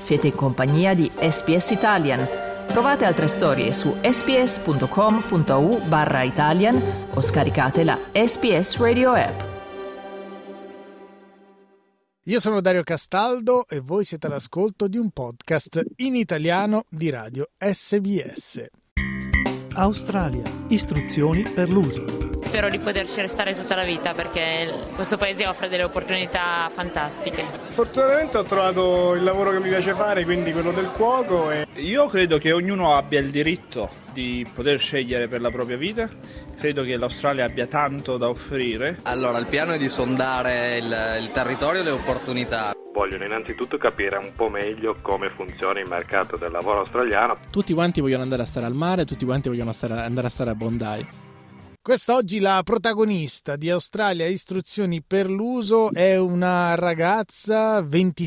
Siete in compagnia di SPS Italian. Trovate altre storie su sps.com.au/Italian o scaricate la SPS Radio app. Io sono Dario Castaldo e voi siete all'ascolto di un podcast in italiano di Radio SBS. Australia. Istruzioni per l'uso. Spero di poterci restare tutta la vita perché questo paese offre delle opportunità fantastiche. Fortunatamente ho trovato il lavoro che mi piace fare, quindi quello del cuoco. Io credo che ognuno abbia il diritto di poter scegliere per la propria vita. Credo che l'Australia abbia tanto da offrire. Allora, il piano è di sondare il territorio e le opportunità. Vogliono innanzitutto capire un po' meglio come funziona il mercato del lavoro australiano. Tutti quanti vogliono andare a stare al mare, tutti quanti vogliono andare a stare a Bondi. Quest'oggi la protagonista di Australia Istruzioni per l'uso è una ragazza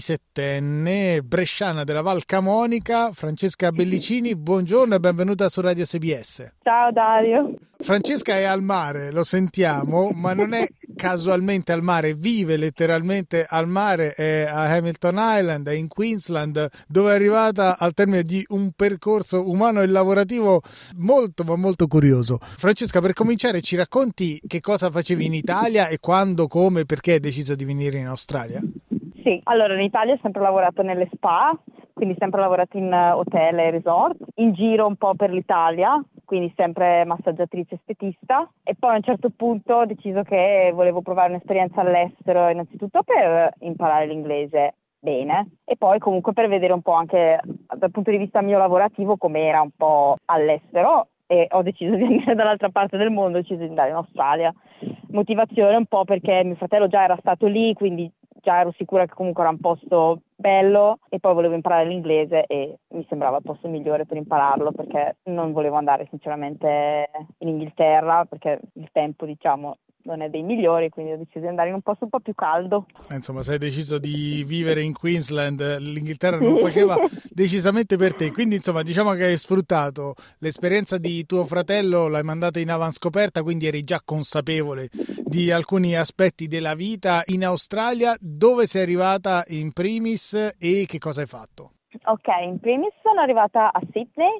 27enne, bresciana della Val Camonica, Francesca Bellicini. Buongiorno e benvenuta su Radio SBS. Ciao Dario. Francesca è al mare, lo sentiamo, ma non è casualmente al mare, vive letteralmente al mare, è a Hamilton Island, è in Queensland, dove è arrivata al termine di un percorso umano e lavorativo molto ma molto curioso. Francesca, per cominciare ci racconti che cosa facevi in Italia e quando, come, perché hai deciso di venire in Australia? Sì, allora in Italia ho sempre lavorato nelle spa, quindi sempre lavorato in hotel e resort, in giro un po' per l'Italia, quindi sempre massaggiatrice estetista, e poi a un certo punto ho deciso che volevo provare un'esperienza all'estero, innanzitutto per imparare l'inglese bene e poi comunque per vedere un po' anche dal punto di vista mio lavorativo com'era un po' all'estero, e ho deciso di andare dall'altra parte del mondo, ho deciso di andare in Australia. Motivazione un po' perché mio fratello già era stato lì, quindi già ero sicura che comunque era un posto bello, e poi volevo imparare l'inglese e mi sembrava il posto migliore per impararlo, perché non volevo andare sinceramente in Inghilterra perché il tempo, diciamo, non è dei migliori, quindi ho deciso di andare in un posto un po' più caldo. Insomma, se hai deciso di vivere in Queensland, l'Inghilterra non faceva decisamente per te, quindi insomma diciamo che hai sfruttato l'esperienza di tuo fratello, l'hai mandata in avanscoperta, quindi eri già consapevole di alcuni aspetti della vita. In Australia dove sei arrivata in primis e che cosa hai fatto? Ok, in primis sono arrivata a Sydney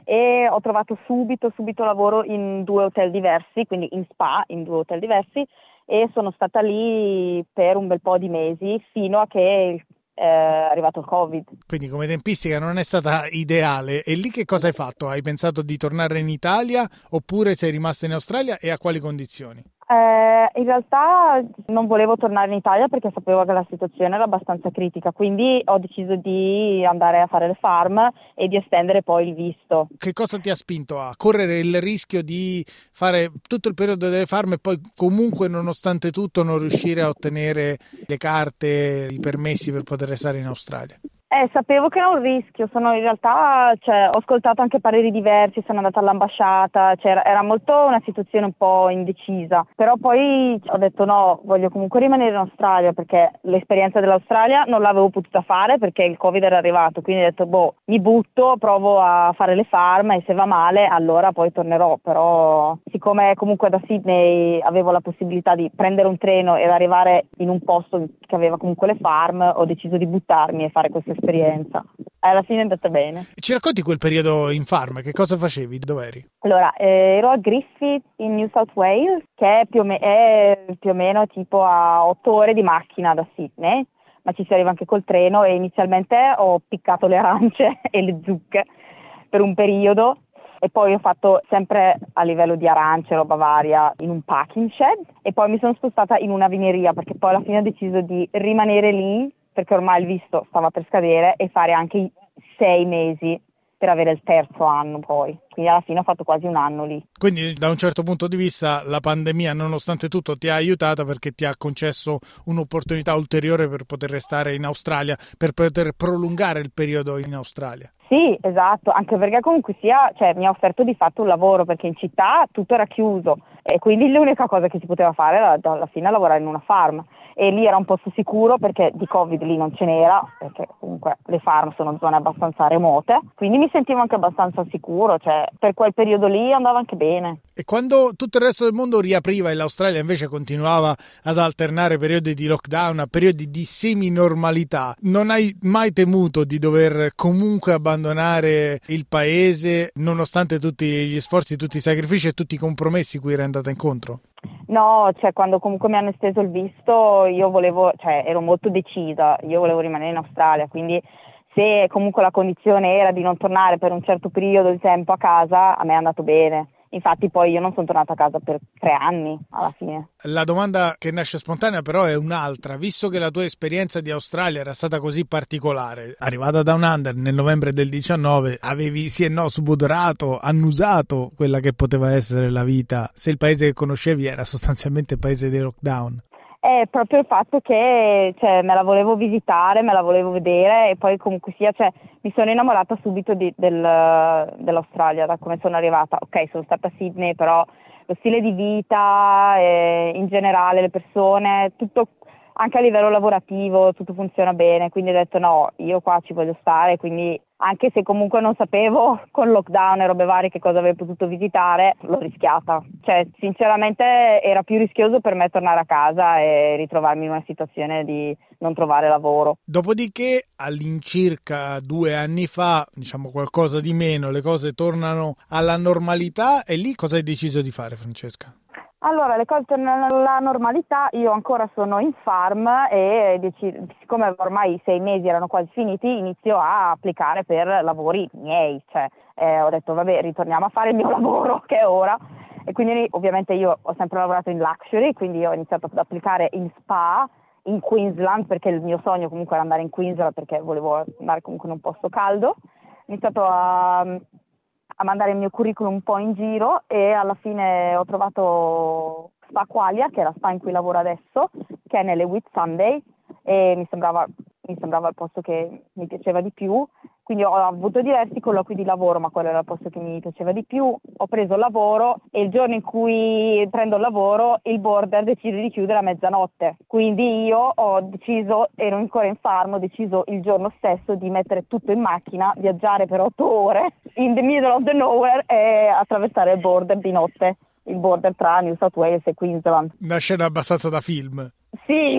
e ho trovato subito lavoro in 2 hotel diversi, quindi in spa, in 2 hotel diversi, e sono stata lì per un bel po' di mesi fino a che è arrivato il Covid. Quindi come tempistica non è stata ideale. E lì che cosa hai fatto? Hai pensato di tornare in Italia oppure sei rimasta in Australia, e a quali condizioni? In realtà non volevo tornare in Italia perché sapevo che la situazione era abbastanza critica, quindi ho deciso di andare a fare le farm e di estendere poi il visto. Che cosa ti ha spinto a correre il rischio di fare tutto il periodo delle farm e poi comunque nonostante tutto non riuscire a ottenere le carte, i permessi per poter restare in Australia? Sapevo che era un rischio, ho ascoltato anche pareri diversi, sono andata all'ambasciata, era molto una situazione un po' indecisa, però poi ho detto no, voglio comunque rimanere in Australia perché l'esperienza dell'Australia non l'avevo potuta fare perché il Covid era arrivato, quindi ho detto mi butto, provo a fare le farm e se va male allora poi tornerò, però siccome comunque da Sydney avevo la possibilità di prendere un treno ed arrivare in un posto che aveva comunque le farm, ho deciso di buttarmi e fare questa esperienza. Alla fine è andata bene. Ci racconti quel periodo in farm? Che cosa facevi? Dov'eri? Allora, ero a Griffith in New South Wales, che è più o meno tipo a 8 ore di macchina da Sydney, ma ci si arriva anche col treno, e inizialmente ho piccato le arance e le zucche per un periodo, e poi ho fatto sempre a livello di arance, roba varia, in un packing shed, e poi mi sono spostata in una vineria perché poi alla fine ho deciso di rimanere lì perché ormai il visto stava per scadere, e fare anche i 6 mesi per avere il terzo anno poi. Quindi alla fine ho fatto quasi un anno lì. Quindi da un certo punto di vista la pandemia nonostante tutto ti ha aiutata perché ti ha concesso un'opportunità ulteriore per poter restare in Australia, per poter prolungare il periodo in Australia. Sì, esatto, anche perché comunque mi ha offerto di fatto un lavoro, perché in città tutto era chiuso, e quindi l'unica cosa che si poteva fare era alla fine lavorare in una farm, e lì era un posto sicuro perché di Covid lì non ce n'era, perché comunque le farm sono zone abbastanza remote, quindi mi sentivo anche abbastanza sicuro, cioè per quel periodo lì andava anche bene. E quando tutto il resto del mondo riapriva e l'Australia invece continuava ad alternare periodi di lockdown a periodi di semi-normalità, non hai mai temuto di dover comunque abbandonare il paese nonostante tutti gli sforzi, tutti i sacrifici e tutti i compromessi cui eri andata incontro? No, cioè quando comunque mi hanno esteso il visto io volevo, cioè ero molto decisa, io volevo rimanere in Australia, quindi se comunque la condizione era di non tornare per un certo periodo di tempo a casa, a me è andato bene. Infatti poi io non sono tornata a casa per 3 anni alla fine. La domanda che nasce spontanea però è un'altra. Visto che la tua esperienza di Australia era stata così particolare, arrivata da un under nel novembre del 19, avevi sì e no subodorato, annusato quella che poteva essere la vita, se il paese che conoscevi era sostanzialmente il paese dei lockdown. È proprio il fatto che me la volevo visitare, me la volevo vedere, e poi comunque sia, mi sono innamorata subito dell'Australia, da come sono arrivata. Ok, sono stata a Sydney, però lo stile di vita, in generale le persone, tutto anche a livello lavorativo, tutto funziona bene, quindi ho detto no, io qua ci voglio stare, quindi anche se comunque non sapevo con lockdown e robe varie che cosa avrei potuto visitare, l'ho rischiata. Sinceramente era più rischioso per me tornare a casa e ritrovarmi in una situazione di non trovare lavoro. Dopodiché, all'incirca 2 anni fa, diciamo qualcosa di meno, le cose tornano alla normalità, e lì cosa hai deciso di fare, Francesca? Allora, le cose tornano alla normalità, io ancora sono in farm e siccome ormai 6 mesi erano quasi finiti, inizio a applicare per lavori miei, ho detto vabbè, ritorniamo a fare il mio lavoro che è ora, e quindi ovviamente io ho sempre lavorato in luxury, quindi ho iniziato ad applicare in spa in Queensland, perché il mio sogno comunque era andare in Queensland, perché volevo andare comunque in un posto caldo. Ho iniziato a mandare il mio curriculum un po' in giro e alla fine ho trovato Spa Qualia, che è la spa in cui lavoro adesso, che è nelle Whitsunday, e mi sembrava il posto che mi piaceva di più, quindi ho avuto diversi colloqui di lavoro, ma quello era il posto che mi piaceva di più. Ho preso il lavoro e il giorno in cui prendo il lavoro il border decide di chiudere a mezzanotte, quindi io ho deciso, ero ancora in farm, ho deciso il giorno stesso di mettere tutto in macchina, viaggiare per 8 ore in the middle of the nowhere e attraversare il border di notte, il border tra New South Wales e Queensland. Una scena abbastanza da film. Sì,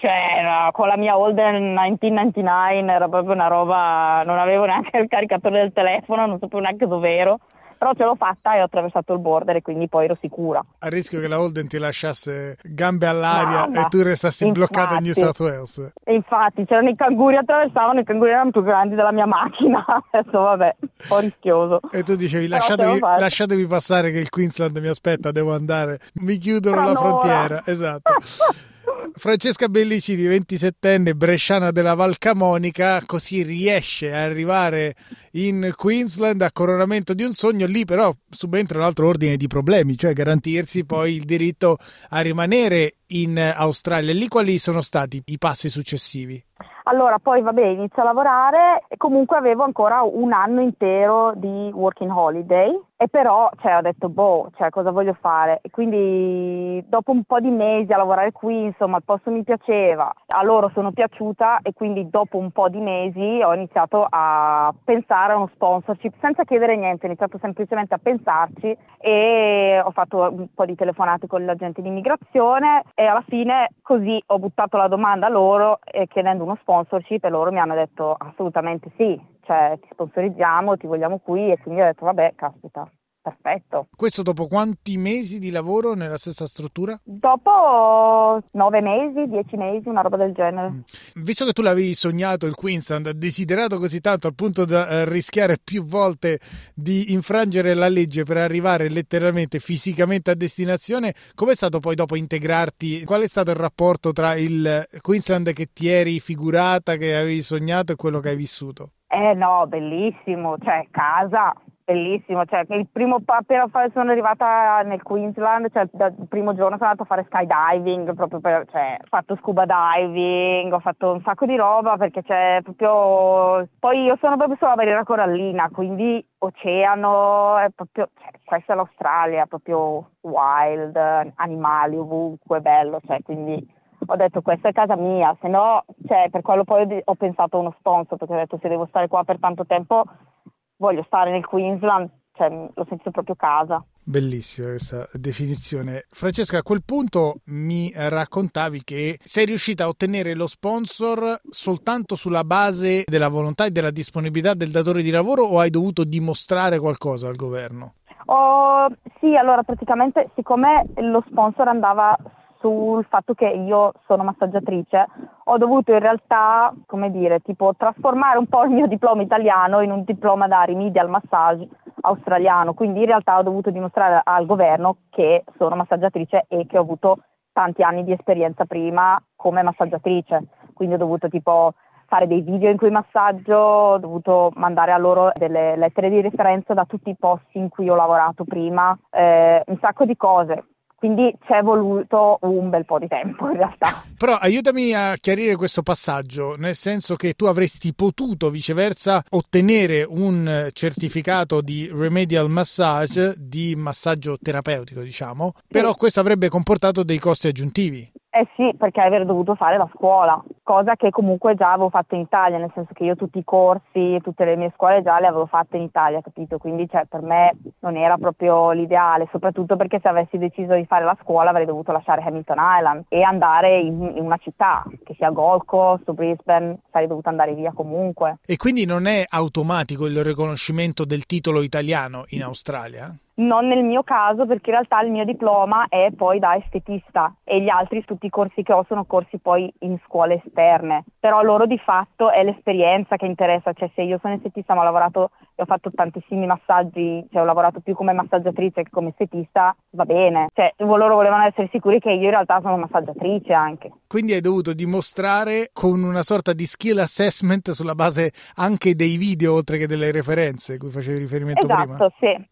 con la mia Holden 1999 era proprio una roba, non avevo neanche il caricatore del telefono, non sapevo neanche dov'ero, però ce l'ho fatta e ho attraversato il border e quindi poi ero sicura. A rischio che la Holden ti lasciasse gambe all'aria e tu restassi bloccata in New South Wales. Infatti, c'erano i canguri, attraversavano, i canguri erano più grandi della mia macchina, adesso vabbè, un po' rischioso. E tu dicevi, lasciatevi passare che il Queensland mi aspetta, devo andare, mi chiudono la frontiera, esatto. Francesca Bellicini, 27enne, bresciana della Val Camonica, così riesce a arrivare in Queensland a coronamento di un sogno. Lì però subentra un altro ordine di problemi, cioè garantirsi poi il diritto a rimanere in Australia. Lì quali sono stati i passi successivi? Allora, poi inizio a lavorare e comunque avevo ancora un anno intero di working holiday, e però ho detto cosa voglio fare, e quindi dopo un po' di mesi a lavorare qui, insomma, il posto mi piaceva, a loro sono piaciuta, e quindi dopo un po' di mesi ho iniziato a pensare a uno sponsorship senza chiedere niente, ho iniziato semplicemente a pensarci e ho fatto un po' di telefonate con l'agente di immigrazione e alla fine così ho buttato la domanda a loro chiedendo uno sponsorship, e loro mi hanno detto assolutamente sì. Ti sponsorizziamo, ti vogliamo qui, e quindi ho detto vabbè, caspita, perfetto. Questo dopo quanti mesi di lavoro nella stessa struttura? Dopo 9 mesi, 10 mesi, una roba del genere. Visto che tu l'avevi sognato il Queensland, desiderato così tanto al punto da rischiare più volte di infrangere la legge per arrivare letteralmente fisicamente a destinazione, com'è stato poi dopo integrarti? Qual è stato il rapporto tra il Queensland che ti eri figurata, che avevi sognato, e quello che hai vissuto? No, bellissimo, casa, bellissimo, cioè appena sono arrivata nel Queensland, cioè dal primo giorno sono andata a fare skydiving, proprio ho fatto scuba diving, ho fatto un sacco di roba perché c'è proprio, poi io sono proprio sulla barriera corallina, quindi oceano, è proprio, questa è l'Australia, proprio wild, animali ovunque, bello, quindi ho detto questa è casa mia, se no, per quello poi ho pensato a uno sponsor, perché ho detto se devo stare qua per tanto tempo voglio stare nel Queensland, lo sento proprio casa. Bellissima questa definizione. Francesca, a quel punto mi raccontavi che sei riuscita a ottenere lo sponsor soltanto sulla base della volontà e della disponibilità del datore di lavoro, o hai dovuto dimostrare qualcosa al governo? Sì, allora praticamente siccome lo sponsor andava sul fatto che io sono massaggiatrice, ho dovuto in realtà, trasformare un po' il mio diploma italiano in un diploma da remedial massage australiano, quindi in realtà ho dovuto dimostrare al governo che sono massaggiatrice e che ho avuto tanti anni di esperienza prima come massaggiatrice, quindi ho dovuto fare dei video in cui massaggio, ho dovuto mandare a loro delle lettere di referenza da tutti i posti in cui ho lavorato prima, un sacco di cose. Quindi ci è voluto un bel po' di tempo in realtà. Però aiutami a chiarire questo passaggio, nel senso che tu avresti potuto viceversa ottenere un certificato di remedial massage, di massaggio terapeutico diciamo, sì. Però questo avrebbe comportato dei costi aggiuntivi. Sì, perché avrei dovuto fare la scuola, cosa che comunque già avevo fatto in Italia, nel senso che io tutti i corsi, tutte le mie scuole già le avevo fatte in Italia, capito? Quindi per me non era proprio l'ideale, soprattutto perché se avessi deciso di fare la scuola avrei dovuto lasciare Hamilton Island e andare in una città, che sia Gold Coast o Brisbane, sarei dovuta andare via comunque. E quindi non è automatico il riconoscimento del titolo italiano in Australia? Non nel mio caso, perché in realtà il mio diploma è poi da estetista e gli altri, tutti i corsi che ho, sono corsi poi in scuole esterne. Però loro di fatto è l'esperienza che interessa, se io sono estetista ma ho lavorato e ho fatto tantissimi massaggi, ho lavorato più come massaggiatrice che come estetista, va bene. Loro volevano essere sicuri che io in realtà sono massaggiatrice anche. Quindi hai dovuto dimostrare con una sorta di skill assessment sulla base anche dei video oltre che delle referenze cui facevi riferimento prima? Esatto,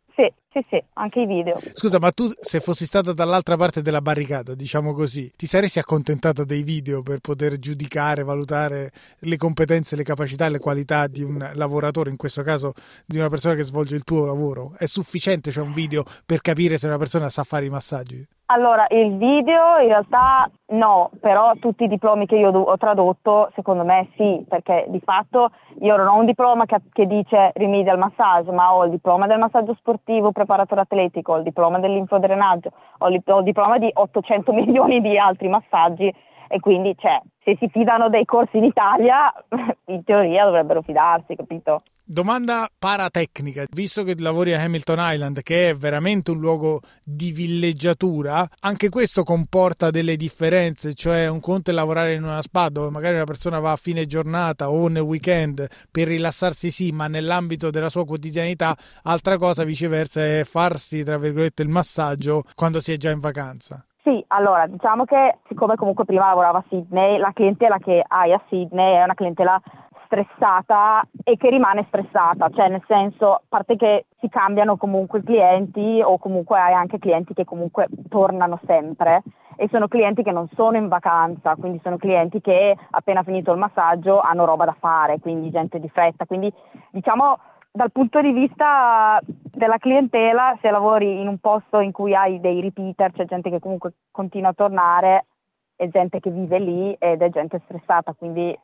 sì, anche i video. Scusa, ma tu se fossi stata dall'altra parte della barricata, diciamo così, ti saresti accontentata dei video per poter giudicare, valutare le competenze, le capacità e le qualità di un lavoratore, in questo caso di una persona che svolge il tuo lavoro? È sufficiente, un video per capire se una persona sa fare i massaggi? Allora, il video in realtà no, però tutti i diplomi che io ho tradotto secondo me sì, perché di fatto io non ho un diploma che dice remedial massage, ma ho il diploma del massaggio sportivo, preparatore atletico, ho il diploma dell'infodrenaggio, ho il diploma di 800 milioni di altri massaggi e quindi se si fidano dei corsi in Italia in teoria dovrebbero fidarsi, capito? Domanda paratecnica, visto che lavori a Hamilton Island, che è veramente un luogo di villeggiatura, anche questo comporta delle differenze, cioè un conto è lavorare in una spa dove magari una persona va a fine giornata o nel weekend per rilassarsi sì, ma nell'ambito della sua quotidianità, altra cosa viceversa è farsi, tra virgolette, il massaggio quando si è già in vacanza. Sì, allora diciamo che siccome comunque prima lavoravo a Sydney, la clientela che hai a Sydney è una clientela stressata e che rimane stressata, nel senso, a parte che si cambiano comunque i clienti o comunque hai anche clienti che comunque tornano sempre e sono clienti che non sono in vacanza, quindi sono clienti che appena finito il massaggio hanno roba da fare, quindi gente di fretta, quindi diciamo dal punto di vista della clientela, se lavori in un posto in cui hai dei repeater, c'è gente che comunque continua a tornare, è gente che vive lì ed è gente stressata, quindi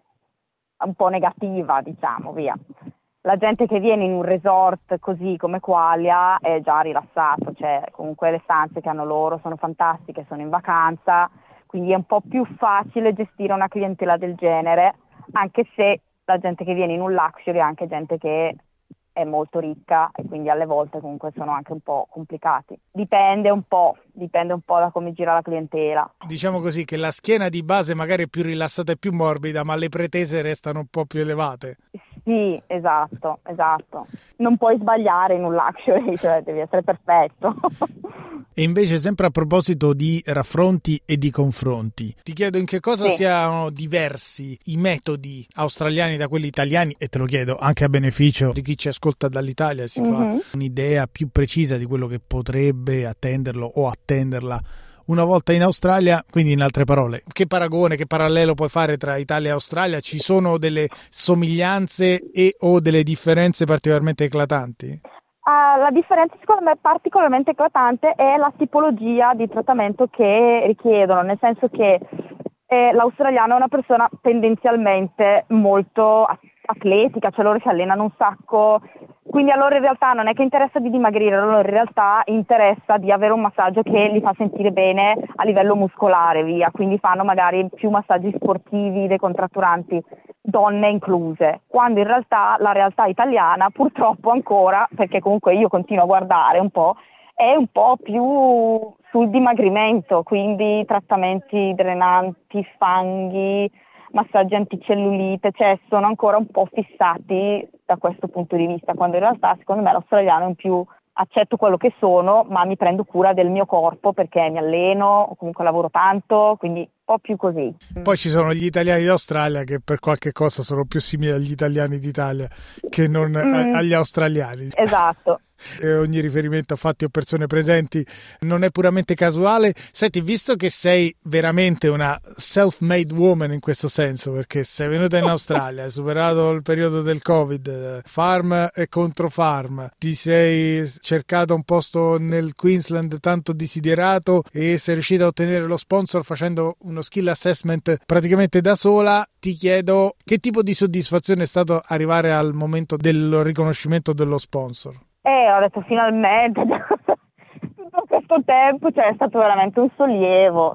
un po' negativa, diciamo, via. La gente che viene in un resort così come Qualia è già rilassato, comunque le stanze che hanno loro sono fantastiche, sono in vacanza, quindi è un po' più facile gestire una clientela del genere, anche se la gente che viene in un luxury è anche gente che è molto ricca e quindi alle volte comunque sono anche un po' complicati. Dipende un po' da come gira la clientela. Diciamo così che la schiena di base magari è più rilassata e più morbida, ma le pretese restano un po' più elevate. Sì, esatto. Non puoi sbagliare in un luxury, cioè devi essere perfetto. E invece, sempre a proposito di raffronti e di confronti, ti chiedo in che cosa siano diversi i metodi australiani da quelli italiani, e te lo chiedo anche a beneficio di chi ci ascolta dall'Italia, si fa un'idea più precisa di quello che potrebbe attenderlo o attenderla una volta in Australia. Quindi, in altre parole, che paragone, che parallelo puoi fare tra Italia e Australia? Ci sono delle somiglianze e o delle differenze particolarmente eclatanti? La differenza secondo me particolarmente eclatante è la tipologia di trattamento che richiedono, nel senso che l'australiano è una persona tendenzialmente molto atletica, cioè loro si allenano un sacco, quindi a loro in realtà non è che interessa di dimagrire, a loro in realtà interessa di avere un massaggio che li fa sentire bene a livello muscolare, via, quindi fanno magari più massaggi sportivi, decontratturanti, donne incluse, quando in realtà la realtà italiana purtroppo ancora, perché comunque io continuo a guardare un po', è un po' più sul dimagrimento, quindi trattamenti drenanti, fanghi, massaggi anticellulite, cioè sono ancora un po' fissati da questo punto di vista, quando in realtà secondo me l'australiano è un più accetto quello che sono, ma mi prendo cura del mio corpo perché mi alleno o comunque lavoro tanto, quindi un po' più così. Poi ci sono gli italiani d'Australia che per qualche cosa sono più simili agli italiani d'Italia che non agli australiani. Esatto. E ogni riferimento a fatti o persone presenti non è puramente casuale. Senti, visto che sei veramente una self-made woman in questo senso, perché sei venuta in Australia, hai superato il periodo del Covid, farm e contro farm, ti sei cercato un posto nel Queensland tanto desiderato e sei riuscita a ottenere lo sponsor facendo uno skill assessment praticamente da sola, ti chiedo che tipo di soddisfazione è stato arrivare al momento del riconoscimento dello sponsor? Ho detto finalmente, tutto questo tempo, cioè è stato veramente un sollievo,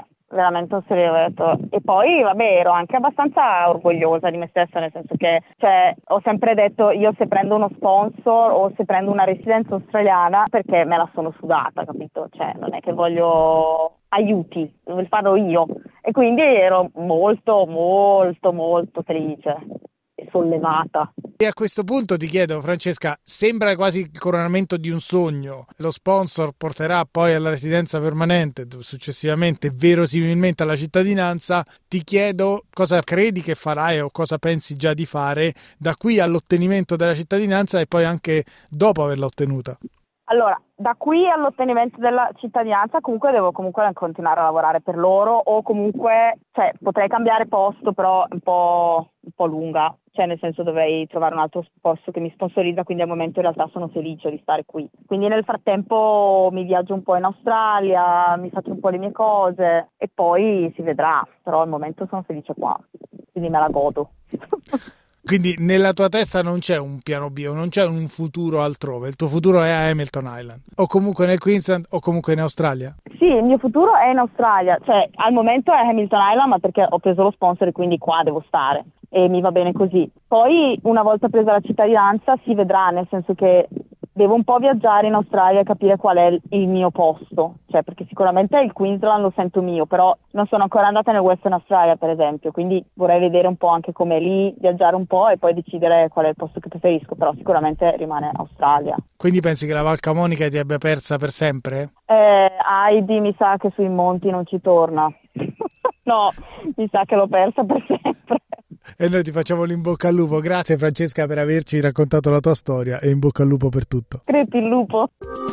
e poi vabbè ero anche abbastanza orgogliosa di me stessa, nel senso che ho sempre detto io se prendo uno sponsor o se prendo una residenza australiana perché me la sono sudata, capito? Cioè non è che voglio aiuti, devo farlo io, e quindi ero molto molto molto felice e sollevata. E a questo punto ti chiedo, Francesca, sembra quasi il coronamento di un sogno. Lo sponsor porterà poi alla residenza permanente, successivamente verosimilmente alla cittadinanza. Ti chiedo cosa credi che farai o cosa pensi già di fare da qui all'ottenimento della cittadinanza e poi anche dopo averla ottenuta. Allora, da qui all'ottenimento della cittadinanza devo continuare a lavorare per loro, o comunque potrei cambiare posto, però un po' lunga, nel senso dovrei trovare un altro posto che mi sponsorizza, quindi al momento in realtà sono felice di stare qui. Quindi nel frattempo mi viaggio un po' in Australia, mi faccio un po' le mie cose e poi si vedrà, però al momento sono felice qua, quindi me la godo. Quindi nella tua testa non c'è un piano B, non c'è un futuro altrove, il tuo futuro è a Hamilton Island, o comunque nel Queensland o comunque in Australia? Sì, il mio futuro è in Australia, al momento è Hamilton Island, ma perché ho preso lo sponsor e quindi qua devo stare e mi va bene così. Poi una volta presa la cittadinanza si vedrà, nel senso che devo un po' viaggiare in Australia e capire qual è il mio posto, perché sicuramente il Queensland lo sento mio, però non sono ancora andata nel Western Australia per esempio, quindi vorrei vedere un po' anche com'è lì, viaggiare un po' e poi decidere qual è il posto che preferisco, però sicuramente rimane Australia. Quindi pensi che la Val Camonica ti abbia persa per sempre? Heidi mi sa che sui monti non ci torna. No, mi sa che l'ho persa per sempre. E noi ti facciamo l'in bocca al lupo. Grazie Francesca per averci raccontato la tua storia e in bocca al lupo per tutto. Crepi il lupo.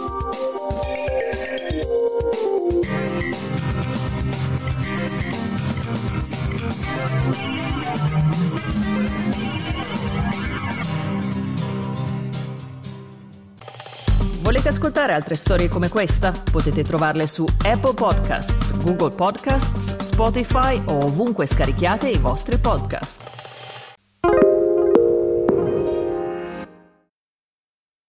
Volete ascoltare altre storie come questa? Potete trovarle su Apple Podcasts, Google Podcasts, Spotify o ovunque scarichiate i vostri podcast.